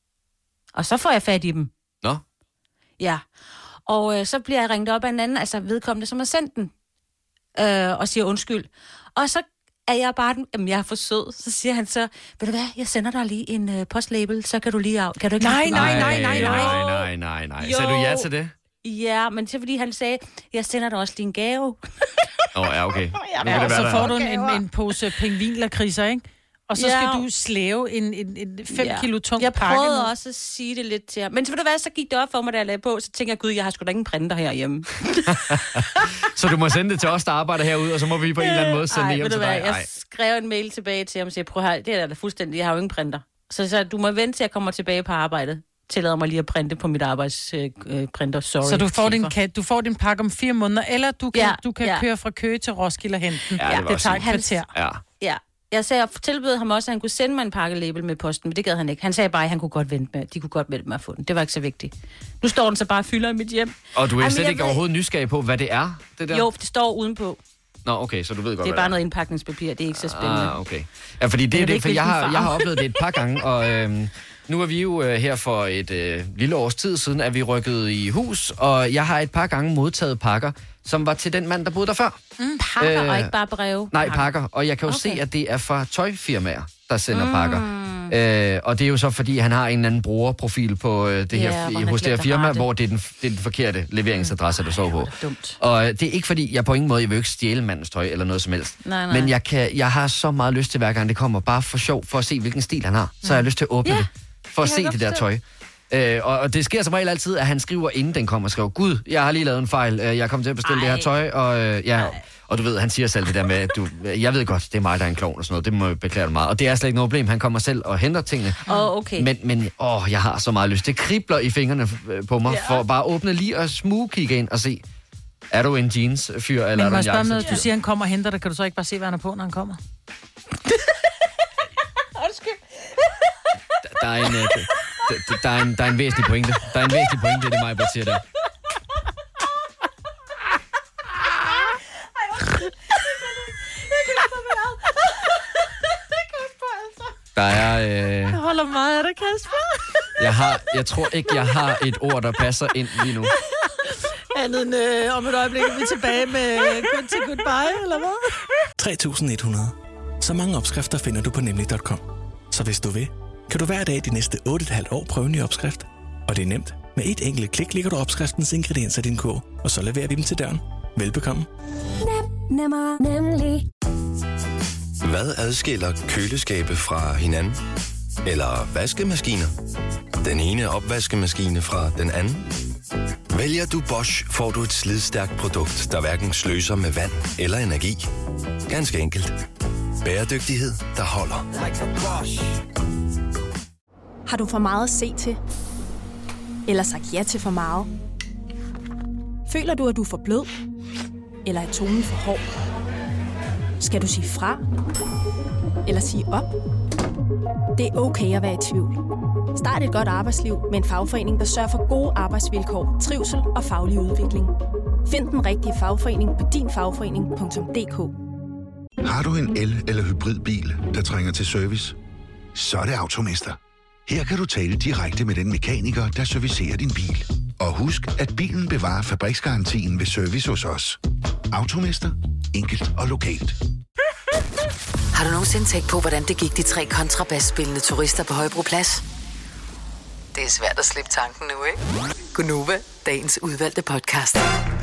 Og så får jeg fat i dem. Nå, Ja, og øh, så bliver jeg ringet op af en anden, altså vedkommende, som har sendt den, øh, og siger undskyld. Og så er jeg bare den, jamen jeg er for sød, så siger han så, ved du hvad, jeg sender dig lige en øh, postlabel, så kan du lige af, kan du ikke Nej, lige- nej, nej, nej, nej. nej, nej, nej, nej. Jo. Sagde du ja til det? Ja, men så fordi han sagde, jeg sender dig også lige en gave. Åh, oh, ja, okay. Nu kan Ja, det og så være, får der. du en, en, en pose pingvinlakridser, ikke? Og så Ja. skal du slæve en, en, en fem Ja. kilo tung Jeg pakke. prøvede ned. også at sige det lidt til ham. Men så ved du hvad, så gik det op for mig, da jeg lagde på, så tænker jeg, gud, jeg har sgu da ingen printer herhjemme. Så du må sende det til os, der arbejder herude, og så må vi på en eller anden måde sende Ej, det hjem ved du til hvad, dig. jeg Ej. skrev en mail tilbage til ham og sagde, prøv her, det er da fuldstændig, jeg har jo ingen printer. Så, så du må vente til, jeg kommer tilbage på arbejdet. tillader mig lige at printe på mit arbejdsprinter. Øh, Sorry. Så du får, din, du får din pakke om fire måneder, eller du kan, ja, du kan ja. køre fra Køge til Roskilde og hente den. Ja, det, det tager et kvarter. Ja. Ja. Jeg sagde, jeg tilbød ham også, at han kunne sende mig en pakkelabel med posten, men det gad han ikke. Han sagde bare, at han kunne godt vente med, de kunne godt vente med at få den. Det var ikke så vigtigt. Nu står den så bare og fylder i mit hjem. Og du er Ej, slet ikke ved... overhovedet nysgerrig på, hvad det er, det der? Jo, det står udenpå. Nå, okay, så du ved godt, det er bare noget indpakningspapir, det er ikke så spændende. Ah, okay. Ja, fordi det er det, for jeg har, jeg har oplevet det et par gange, og øhm, nu er vi jo øh, her for et øh, lille års tid siden, at vi rykkede i hus, og jeg har et par gange modtaget pakker, som var til den mand, der boede der før. Mm, pakker øh, og ikke bare breve? Nej, pakker, og jeg kan jo okay. se, at det er fra tøjfirmaer, der sender mm. pakker. Øh, og det er jo så, fordi han har en eller anden brugerprofil på øh, det her, yeah, hos det her firma, det. hvor det er, den, det er den forkerte leveringsadresse, der så på. Dumt. Og det er ikke fordi, jeg på ingen måde, jeg vil ikke stjæle mandens tøj eller noget som helst. Nej, nej. Men jeg, kan, jeg har så meget lyst til, hver gang det kommer, bare for sjov, for at se, hvilken stil han har. Så har jeg lyst til at åbne yeah, det, for at se det der tøj. Øh, og, og det sker som regel altid, at han skriver, inden den kommer, skriver, Gud, jeg har lige lavet en fejl, jeg kommer til at bestille Ej. det her tøj, og øh, ja... Og du ved, han siger selv det der med, at du, jeg ved godt, det er mig, der er en klovn og sådan noget. Det må jeg beklage dig meget. Og det er slet ikke noget problem. Han kommer selv og henter tingene. Oh, okay. Men, men åh, jeg har så meget lyst. Det kribler i fingrene på mig, ja. for bare at åbne lige og smugkigge ind og se, er du en jeans-fyr, eller men er du en jakkes? Du siger, han kommer og henter dig. Kan du så ikke bare se, hvad han er på, når han kommer? der, er en, der, der, er en, der er en væsentlig pointe. Der er en væsentlig pointe, det er mig, der siger det. Der er... Øh... Jeg holder meget af dig, Kasper. jeg, har, jeg tror ikke, jeg har et ord, der passer ind lige nu. Andet end øh, om et øjeblik er vi tilbage med good til goodbye, eller hvad? tre tusind et hundrede. Så mange opskrifter finder du på nemlig punktum com. Så hvis du vil, kan du hver dag de næste otte komma fem år prøve en ny opskrift. Og det er nemt. Med et enkelt klik ligger du opskriftens ingredienser i din kog, og så leverer vi dem til døren. Velbekomme. Nem, nemmer, nemlig. Hvad adskiller køleskabe fra hinanden? Eller vaskemaskiner? Den ene opvaskemaskine fra den anden? Vælger du Bosch, får du et slidstærkt produkt, der hverken sløser med vand eller energi. Ganske enkelt. Bæredygtighed, der holder. Har du for meget at se til? Eller sagt ja til for meget? Føler du, at du er for blød? Eller er tonen for hård? Skal du sige fra? Eller sige op? Det er okay at være i tvivl. Start et godt arbejdsliv med en fagforening, der sørger for gode arbejdsvilkår, trivsel og faglig udvikling. Find den rigtige fagforening på din fagforening punktum d k. Har du en el- eller hybridbil, der trænger til service? Så er det Automester. Her kan du tale direkte med den mekaniker, der servicerer din bil. Og husk, at bilen bevarer fabriksgarantien ved service hos os. Automester. Enkelt og lokalt. Har du nogensinde tænkt på, hvordan det gik de tre kontrabasspillende turister på Højbroplads? Det er svært at slippe tanken nu, ikke? Gunova, dagens udvalgte podcast.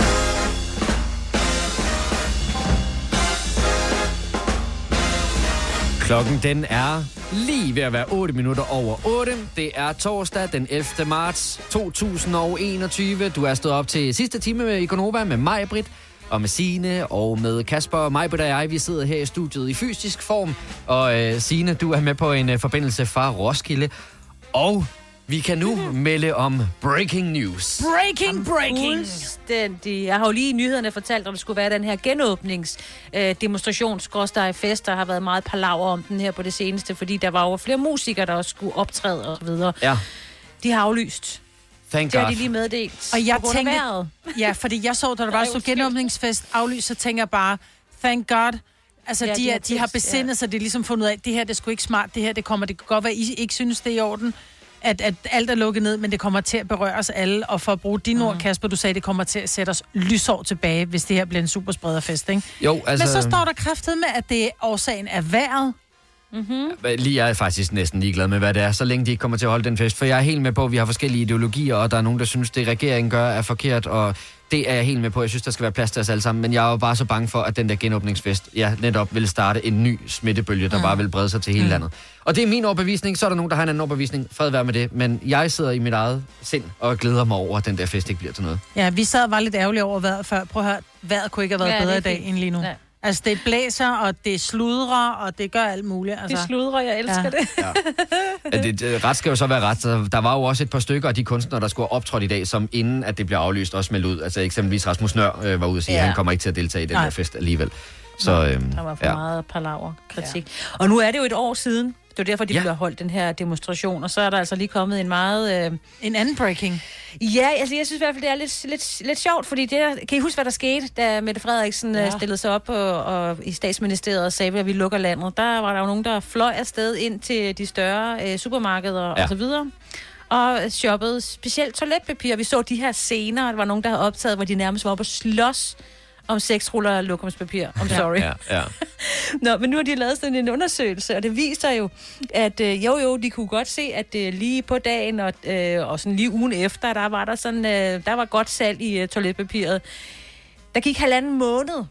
Klokken den er lige ved at være otte minutter over otte. Det er torsdag den ellevte marts to tusind og enogtyve. Du er stået op til sidste time med Gunova med mig, Britt, og med Signe og med Kasper. Mig, og jeg, vi sidder her i studiet i fysisk form. Og øh, Signe, du er med på en øh, forbindelse fra Roskilde. Og vi kan nu melde om breaking news. Breaking, breaking! Fuldstændig. Jeg har jo lige i nyhederne fortalt, at der skulle være den her genåbningsdemonstrationsgråsteg-fest. Der har været meget palaver om den her på det seneste, fordi der var jo flere musikere, der også skulle optræde og så videre. Ja. De har aflyst. Thank det God. har de lige meddelt. Og jeg tænkte, ja, fordi jeg så, da der var så genåbningsfest aflyst, så tænker jeg bare, thank God. Altså, ja, de, de, har, de har besindet sig, ja. Det er ligesom fundet ud af, at det her, det er sgu ikke smart, det her, det kommer, det kan godt være, I ikke synes, det er i orden, at, at alt er lukket ned, men det kommer til at berøre os alle, og for at bruge dine ord, mm. Kasper, du sagde, det kommer til at sætte os lysår tilbage, hvis det her bliver en supersprederfest, ikke? Jo, altså... Men så står der kræftet med, at det årsagen er vejret. Mm-hmm. Lige jeg er faktisk næsten ligeglad med, hvad det er, så længe de ikke kommer til at holde den fest. For jeg er helt med på, at vi har forskellige ideologier, og der er nogen, der synes, det regeringen gør er forkert, og det er jeg helt med på. Jeg synes, der skal være plads til os alle sammen, men jeg er jo bare så bange for, at den der genåbningsfest, ja, netop vil starte en ny smittebølge, der mm. bare vil brede sig til hele mm. landet. Og det er min overbevisning, så er der nogen, der har en anden overbevisning. Fred være med det, men jeg sidder i mit eget sind og glæder mig over, at den der fest ikke bliver til noget. Ja, vi sad og var lidt ærgerlige over vejret før. Prøv at høre, vejret kunne ikke have været ja, bedre i dag end lige nu. Ja. Altså, det blæser, og det sludrer, og det gør alt muligt. Altså. Det sludrer, jeg elsker ja. det. Ja. Ja, det, det. Ret skal jo så være ret. Så der var jo også et par stykker af de kunstnere, der skulle have optrådt i dag, som inden at det bliver aflyst, også meldt ud. Altså eksempelvis Rasmus Nør øh, var ude at sige, ja. at han kommer ikke til at deltage i den Nej. der fest alligevel. Så, øhm, der var for ja. meget palaver kritik. Ja. Og nu er det jo et år siden. Det er derfor, de ja. bliver holdt den her demonstration. Og så er der altså lige kommet en meget... Øh... En anden breaking. Ja, altså, jeg synes i hvert fald, det er lidt, lidt, lidt sjovt, fordi det der, kan I huske, hvad der skete, da Mette Frederiksen ja. stillede sig op og, og i statsministeriet og sagde, at vi lukker landet? Der var der jo nogen, der fløj afsted ind til de større øh, supermarkeder ja. og så videre. Og shoppede specielt toiletpapir. Vi så de her scener, der var nogen, der havde optaget, hvor de nærmest var oppe og slås om seks ruller af lokumspapir. I'm sorry. Ja, ja. Nå, men nu har de lavet sådan en undersøgelse, og det viser jo, at øh, jo jo, de kunne godt se, at øh, lige på dagen og, øh, og sådan lige ugen efter, der var der sådan, øh, der var godt salg i øh, toiletpapiret. Der gik halvanden måned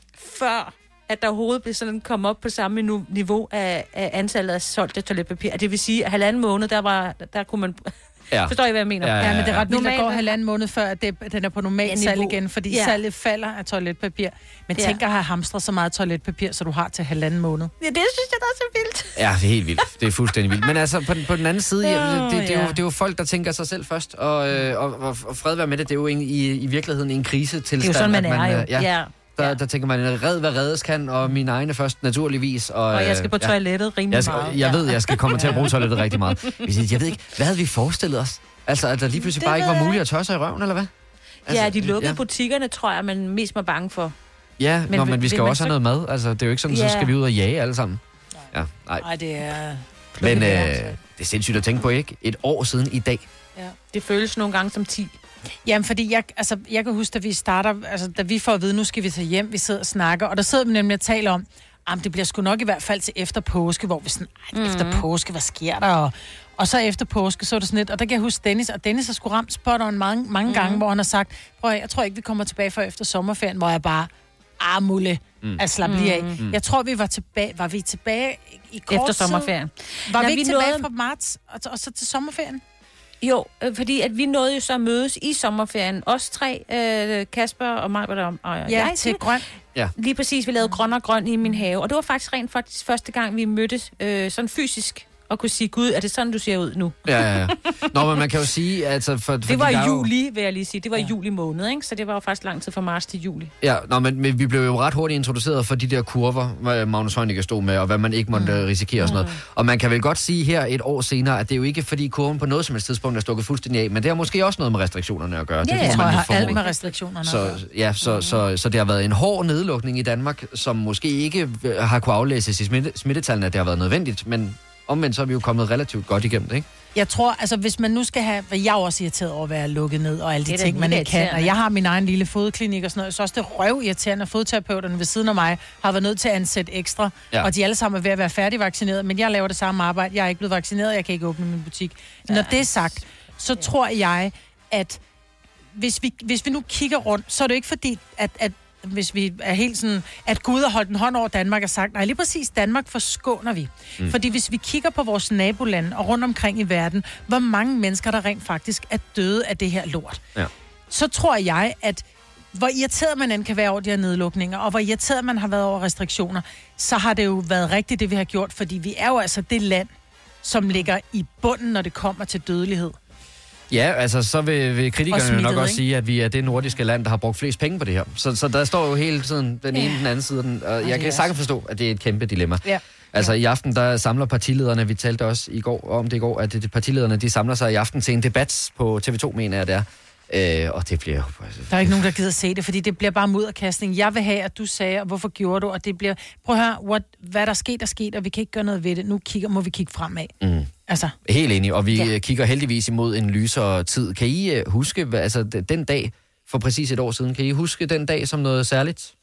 før, at der overhovedet blev sådan kom op på samme nu, niveau af, af antallet af solgte toiletpapir. Det vil sige, at halvanden måned, der var, der kunne man... Ja. Forstår I, hvad jeg mener? Ja, ja, ja. ja men det er ret vildt, at gå halvanden måned før, at det, den er på normal ja, salg igen, fordi ja. salget falder af toiletpapir. Men ja. tænk at have hamstret så meget toiletpapir, så du har til halvanden måned. Ja, det synes jeg da er så vildt. Ja, det er helt vildt. Det er fuldstændig vildt. Men altså, på, på den anden side, ja, det, det, det, er jo, det er jo folk, der tænker sig selv først. Og, øh, og, og, og fred være med det, det er jo en, i, i virkeligheden en krisetilstand. Det er jo sådan, man, man er jo. Ja. ja. Der, ja. der tænker man, red hvad reddes kan, og mine egne først, naturligvis. Og, og jeg skal på toilettet ja. rimelig jeg skal, meget. Jeg ved, jeg skal komme til at bruge toilettet rigtig meget. Jeg ved ikke, hvad havde vi forestillet os? Altså, at der lige pludselig det bare ikke var muligt at tørre sig i røven, eller hvad? Altså, ja, de lukkede ja. butikkerne, tror jeg, man mest var bange for. Ja, men, nå, men vi skal også så... have noget mad. Altså, det er jo ikke sådan, ja. så skal vi ud og jage alle sammen. Ja, nej. Nej, det er... Men øh, det er sindssygt at tænke på, ikke? Et år siden i dag. Ja. Det føles nogle gange som ti. Jamen, fordi jeg, altså, jeg kan huske, da vi starter, altså, da vi får at vide, nu skal vi tage hjem, vi sidder og snakker, og der sidder vi nemlig og taler om, jamen, det bliver sgu nok i hvert fald til efter påske, hvor vi sådan, mm. efter påske, hvad sker der? Og, og så efter påske, så er det sådan lidt, og der kan jeg huske Dennis, og Dennis har sgu ramt spotteren mange, mange mm. gange, hvor han har sagt, prøv jeg tror ikke, vi kommer tilbage før efter sommerferien, hvor jeg bare, ah, mulle, mm. at slappe lige af. Mm. Jeg tror, vi var tilbage, var vi tilbage i kort efter sommerferien. Tid? Var Nå, vi ikke vi tilbage nåede... fra marts, og, og så til sommerferien? Jo, øh, fordi at vi nåede jo så at mødes i sommerferien. Os tre, øh, Kasper og mig, og, og ja, jeg. til grøn. Ja. Lige præcis, vi lavede grøn og grøn i min have. Og det var faktisk rent faktisk første gang, vi mødtes øh, sådan fysisk. Og kunne sige, gud, er det sådan, du ser ud nu? Ja, ja, ja. Nå, men man kan jo sige, altså... For, det var i juli, vil jeg lige sige. Det var i ja. juli måned, ikke? Så det var jo faktisk lang tid fra marts til juli. Ja, nå, men, men vi blev jo ret hurtigt introduceret for de der kurver, Magnus Heunicke stod med, og hvad man ikke måtte mm. risikere og sådan noget. Og man kan vel godt sige her et år senere, at det er jo ikke, fordi kurven på noget som helst tidspunkt er stukket fuldstændig af, men det har måske også noget med restriktionerne at gøre. Ja, det jeg tror, jeg har alt med restriktionerne så, ja, så, mm. så, så, så det har været en hård nedlukning i Danmark, som måske ikke har kunne aflæses i smitte, smittetallene, at det har været nødvendigt, men omvendt så er vi jo kommet relativt godt igennem det, ikke? Jeg tror, altså hvis man nu skal have, jeg er også irriteret over at være lukket ned, og alle de ting, man ikke kan, og jeg har min egen lille fodklinik og sådan noget, så også det røv irriterende, at fodterapeuterne ved siden af mig har været nødt til at ansætte ekstra, ja. og de alle sammen er ved at være færdigvaccineret, men jeg laver det samme arbejde, jeg er ikke blevet vaccineret, jeg kan ikke åbne min butik. Ja. Når det er sagt, så ja. tror jeg, at hvis vi, hvis vi nu kigger rundt, så er det ikke fordi, at, at hvis vi er helt sådan, at Gud har holdt en hånd over Danmark og sagt, nej, lige præcis Danmark forskåner vi. Mm. Fordi hvis vi kigger på vores nabolande og rundt omkring i verden, hvor mange mennesker der rent faktisk er døde af det her lort, ja. så tror jeg, at hvor irriteret man end kan være over de her nedlukninger, og hvor irriteret man har været over restriktioner, så har det jo været rigtigt, det vi har gjort, fordi vi er jo altså det land, som ligger i bunden, når det kommer til dødelighed. Ja, altså så vil, vil kritikerne smittet, nok også ikke? sige, at vi er det nordiske land, der har brugt flest penge på det her. Så, så der står jo hele tiden den ene, ja. den anden side. Den, og jeg kan sagtens forstå, at det er et kæmpe dilemma. Ja. Altså i aften, der samler partilederne, vi talte også i går om det i går, at det, partilederne, de samler sig i aften til en debat på T V to, mener jeg, det er. Øh, og det bliver jo... Der er ikke nogen, der gider se det, fordi det bliver bare mudderkastning. Jeg vil have, at du sagde, og hvorfor gjorde du, og det bliver... Prøv at høre, what, hvad der skete, der skete, og vi kan ikke gøre noget ved det. Nu kigger, må vi kigge fremad. Mm. Altså. Helt enig, og vi ja. kigger heldigvis imod en lysere tid. Kan I huske, altså den dag for præcis et år siden, kan I huske den dag som noget særligt?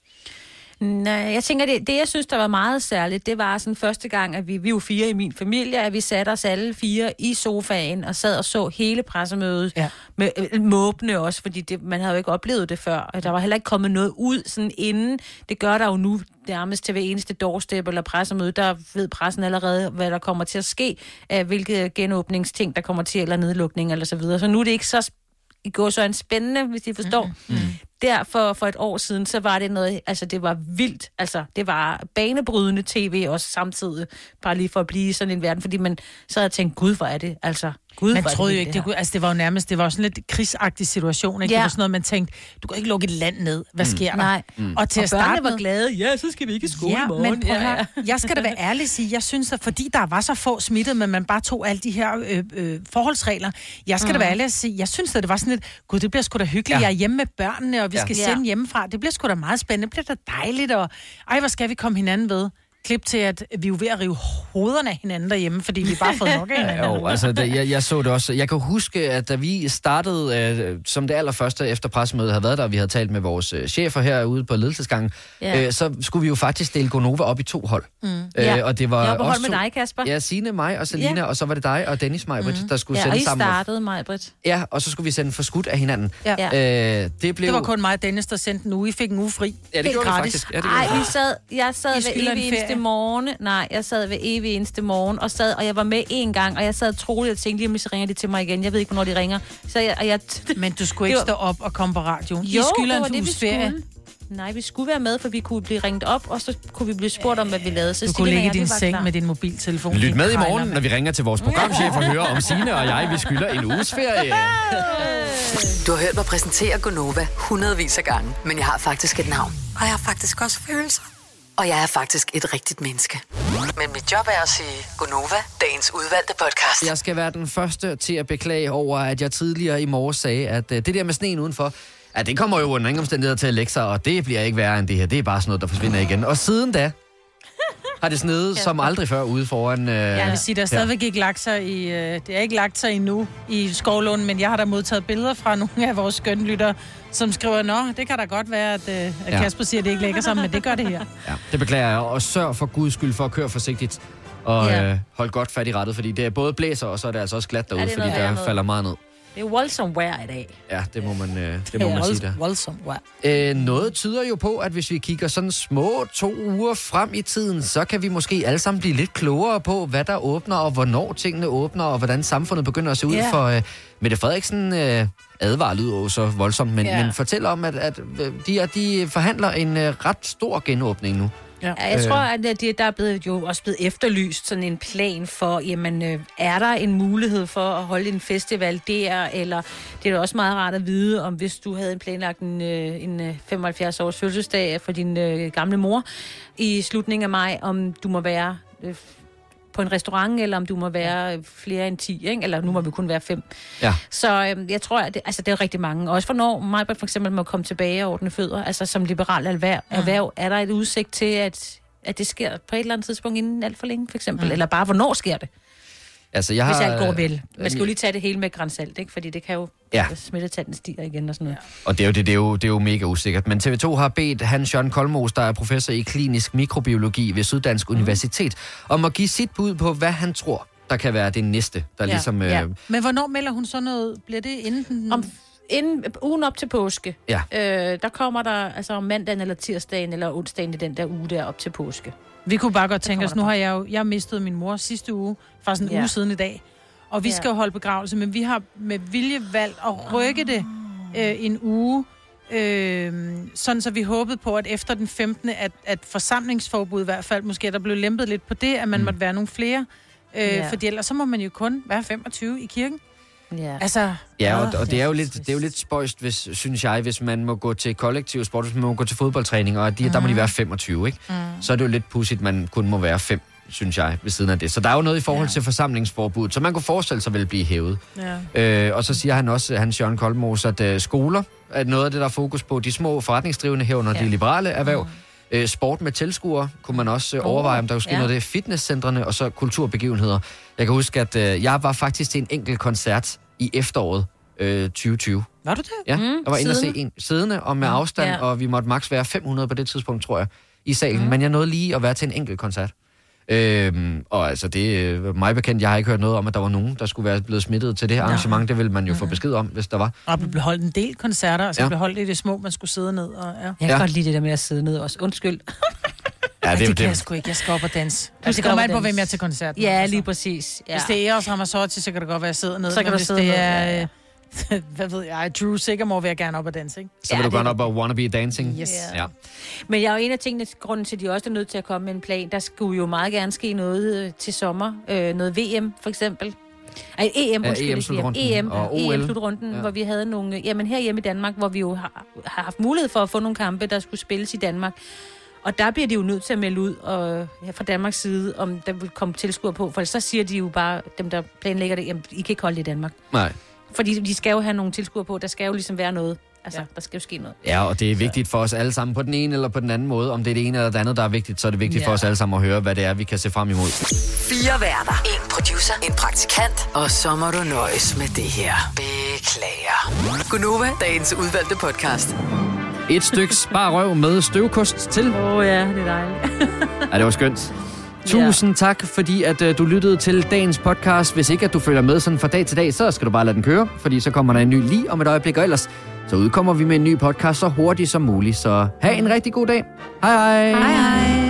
Nej, jeg tænker, det, det jeg synes, der var meget særligt, det var sådan første gang, at vi, vi var fire i min familie, at vi satte os alle fire i sofaen og sad og så hele pressemødet ja. med øh, måbne også, fordi det, man havde jo ikke oplevet det før. Der var heller ikke kommet noget ud sådan inden. Det gør der jo nu nærmest til hver eneste doorstep eller pressemøde. Der ved pressen allerede, hvad der kommer til at ske, af hvilke genåbningsting, der kommer til, eller nedlukning eller så videre. Så nu er det ikke så i går så en spændende, hvis I forstår. Mm. Mm. der for, for et år siden, så var det noget, altså det var vildt, altså det var banebrydende tv også samtidig, bare lige for at blive sådan en verden, fordi man så havde tænkt, gud, hvor er det, altså gud, man hvor troede det jo ikke, det, kunne, altså det var jo nærmest, det var jo sådan lidt krigsagtig situation, ikke? Ja. Det var sådan noget, man tænkte, du kan ikke lukke et land ned, hvad sker mm. der? Nej. Mm. Og til og at starte var glade, ja, så skal vi ikke i skole ja, i morgen. Men ja, ja. Jeg skal da være ærlig at sige, jeg synes, at fordi der var så få smittet, men man bare tog alle de her øh, øh, forholdsregler, jeg skal mm. da være ærlig at sige, jeg synes, at det var sådan lidt, gud, det bliver sgu da hyggeligt, ja. Jeg er hjemme med børnene, og vi ja. skal sende hjemmefra, det bliver sgu da meget spændende, det bliver da dejligt, og ej, hvor skal vi komme hinanden ved? Klip til, at vi er jo ved at rive hovederne af hinanden derhjemme, fordi vi bare har fået nok af hinanden. Jo, altså, det, jeg, jeg så det også. Jeg kan huske, at da vi startede, øh, som det allerførste efter pressemødet havde været der, vi havde talt med vores øh, chefer herude på ledelsesgangen, ja. øh, så skulle vi jo faktisk dele Gonova op i to hold. Mm. Øh, ja. Og det var jeg var på hold to, med dig, Kasper. Ja, Signe, mig og Selina, ja. Og så var det dig og Dennis Majbrit, mm. der skulle ja, sende sammen. Ja, og I startede, Majbrit. Ja, og så skulle vi sende forskudt af hinanden. Ja. Øh, det, blev... det var kun mig og Dennis, der sendte en uge. I fik en uge fri. Ja, det gjorde vi faktisk. Ja, Ej, vi sad, jeg sad ved evig eneste morgen. Nej, jeg sad ved evig eneste morgen, og, sad, og jeg var med en gang, og jeg sad troligt og tænkte lige, om de så ringer de til mig igen. Jeg ved ikke, hvornår de ringer. Så jeg, og jeg Men du skulle ikke var... stå op og komme på radioen. Jo, I skylder det var en det, vi ferie. Nej, vi skulle være med, for vi kunne blive ringet op, og så kunne vi blive spurgt om, hvad vi lavede. Så du kunne ligge i din seng klar. Med din mobiltelefon. Lyt med i morgen, når vi ringer til vores programchef og hører om Signe og jeg, vi skylder en uges ferie. Du har hørt mig præsentere Gonova hundredvis af gange, men jeg har faktisk et navn. Og jeg har faktisk også følelser. Og jeg er faktisk et rigtigt menneske. Men mit job er at sige Gonova, dagens udvalgte podcast. Jeg skal være den første til at beklage over, at jeg tidligere i morges sagde, at det der med sneen udenfor, ja, det kommer jo under ingen omstændigheder til at lægge sig, og det bliver ikke værre end det her. Det er bare sådan noget, der forsvinder igen. Og siden da har det snedet som aldrig før ude foran... Øh, jeg vil sige, der er stadigvæk ikke lagt sig i... Øh, det er ikke lagt sig endnu i Skovlund, men jeg har da modtaget billeder fra nogle af vores skønlytter, som skriver, nå, det kan da godt være, at, øh, at ja. Kasper siger, at det ikke lægger sammen, men det gør det her. Ja, det beklager jeg, og sørg for guds skyld for at køre forsigtigt, og ja. øh, hold godt fat i rettet, fordi det er både blæser, og så er det altså også glat derude, ja, fordi der falder meget ned. Det er voldsomt vejr i dag. Ja, det må man, øh, det må man sige der. Voldsomt vejr. Øh, noget tyder jo på, at hvis vi kigger sådan små to uger frem i tiden, så kan vi måske alle sammen blive lidt klogere på, hvad der åbner, og hvornår tingene åbner, og hvordan samfundet begynder at se ud. Yeah. For øh, Mette Frederiksen øh, advarer lyder så voldsomt, men, yeah. men fortæller om, at, at de, at de forhandler en øh, ret stor genåbning nu. Ja. Jeg tror, at der er blevet, jo også blevet efterlyst sådan en plan for, jamen, øh, er der en mulighed for at holde en festival der, eller det er da også meget rart at vide, om hvis du havde planlagt en, øh, en femoghalvfjerds års fødselsdag for din øh, gamle mor i slutningen af maj, om du må være... Øh, på en restaurant, eller om du må være flere end ti, ikke? Eller nu må vi kun være fem. Ja. Så øhm, jeg tror, at det, altså, det er rigtig mange. Også hvornår Majbert for eksempel må komme tilbage og ordne fødder, altså som liberal erhverv, mm. erhverv er der et udsigt til, at, at det sker på et eller andet tidspunkt inden alt for længe, for eksempel? Mm. Eller bare, hvornår sker det? Altså, jeg har... Hvis alt går vel. Man skal jo lige tage det hele med grænsalt, ikke? Fordi det kan jo... Ja. Smittetallene stiger igen og sådan noget. Ja. Og det er, jo, det, det, er jo, det er jo mega usikkert. Men T V to har bedt Hans Jørgen Kolmos, der er professor i klinisk mikrobiologi ved Syddansk mm. Universitet, om at give sit bud på, hvad han tror, der kan være det næste, der ja. ligesom... Ja. Øh... Men hvornår melder hun så noget? Bliver det inden den... Om inden, ugen op til påske. Ja. Øh, der kommer der altså om mandagen eller tirsdagen eller onsdagen i den der uge der op til påske. Vi kunne bare godt tænke os, nu har jeg jo jeg mistet min mor sidste uge, faktisk en ja. uge siden i dag. Og vi skal ja. jo holde begravelse, men vi har med vilje valgt at rykke det øh, en uge, øh, sådan så vi håbede på, at efter den femtende at, at forsamlingsforbud i hvert fald, måske der blev lempet lidt på det, at man mm. måtte være nogle flere. Øh, ja. Fordi ellers så må man jo kun være femogtyve i kirken. Ja. Altså, ja, og, og det er jo lidt, det er jo lidt spøjst, hvis, synes jeg, hvis man må gå til kollektiv sport, hvis man må gå til fodboldtræning, og de, mm. der må de være femogtyve, ikke? Mm. Så er det jo lidt pudsigt, man kun må være fem, synes jeg, ved siden af det. Så der er jo noget i forhold ja. til forsamlingsforbud, så man kunne forestille sig vil blive hævet. Ja. Øh, og så siger han også, Hans Jørgen Kolmos, at øh, skoler er noget af det, der er fokus på. De små forretningsdrivende herunder ja. de liberale erhverv. Mm. Øh, sport med tilskuere kunne man også øh, overveje, om der kunne ske ja. noget af det. Fitnesscentrene og så kulturbegivenheder. Jeg kan huske, at øh, jeg var faktisk til en enkelt koncert i efteråret øh, tyve tyve. Var du det? Ja, mm, jeg var inde og se en siddende og med afstand, ja. og vi måtte maks være fem hundrede på det tidspunkt, tror jeg, i salen. Mm. Men jeg nåede lige at være til en enkelt koncert. Øhm, og altså det er mig bekendt, jeg har ikke hørt noget om, at der var nogen, der skulle være blevet smittet til det her arrangement. Ja. Det ville man jo mm-hmm. få besked om, hvis der var. Og der blev holdt en del koncerter, og så ja. blev holdt i det små, man skulle sidde ned. Og, ja. Jeg kan ja. godt lide det der med at sidde ned også. Undskyld. Ja, det, ja, det kan det. jeg sgu ikke. Jeg skal op og danse. Du skal komme an på, hvem jeg er til koncerten. Ja, lige præcis. Ja. Hvis det er Eros Ramazzotti, så kan det godt være, at jeg sidder ned. Så kan du hvis sidde det ned, er ja, ja. hvad ved jeg, Drew Sigamore vil jeg gerne op og danse, ikke? Så vil Ja, du det- gerne op og wanna be dancing? Yes. Ja. Men jeg er jo en af tingene, grunden til, at de også er nødt til at komme med en plan. Der skulle jo meget gerne ske noget øh, til sommer. Øh, noget V M, for eksempel. Ej, E M, Ja, undskyld, E M-slutrunden E M, og O L. E M-slutrunden, Ja. hvor vi havde nogle... Jamen her hjemme i Danmark, hvor vi jo har, har haft mulighed for at få nogle kampe, der skulle spilles i Danmark. Og der bliver de jo nødt til at melde ud og, ja, fra Danmarks side, om der vil komme tilskuere på. For så siger de jo bare, dem der planlægger det, jamen, I kan ikke holde det i Danmark. Nej. Fordi de skal jo have nogle tilskuere på. Der skal jo ligesom være noget. Altså, ja. Der skal jo ske noget. Ja, og det er vigtigt for os alle sammen på den ene eller på den anden måde. Om det er det ene eller det andet, der er vigtigt, så er det vigtigt Ja. for os alle sammen at høre, hvad det er, vi kan se frem imod. Fire værter. En producer. En praktikant. Og så må du nøjes med det her. Beklager. Gunova, dagens udvalgte podcast. Et stykke spar røv med støvkost til. Åh oh, ja, det er dejligt. Ja, det var skønt. Tusind tak, fordi at uh, du lyttede til dagens podcast. Hvis ikke at du følger med sådan fra dag til dag, så skal du bare lade den køre, fordi så kommer der en ny lige om et øjeblik, og ellers så udkommer vi med en ny podcast så hurtigt som muligt. Så have en rigtig god dag. Hej hej. Hej hej.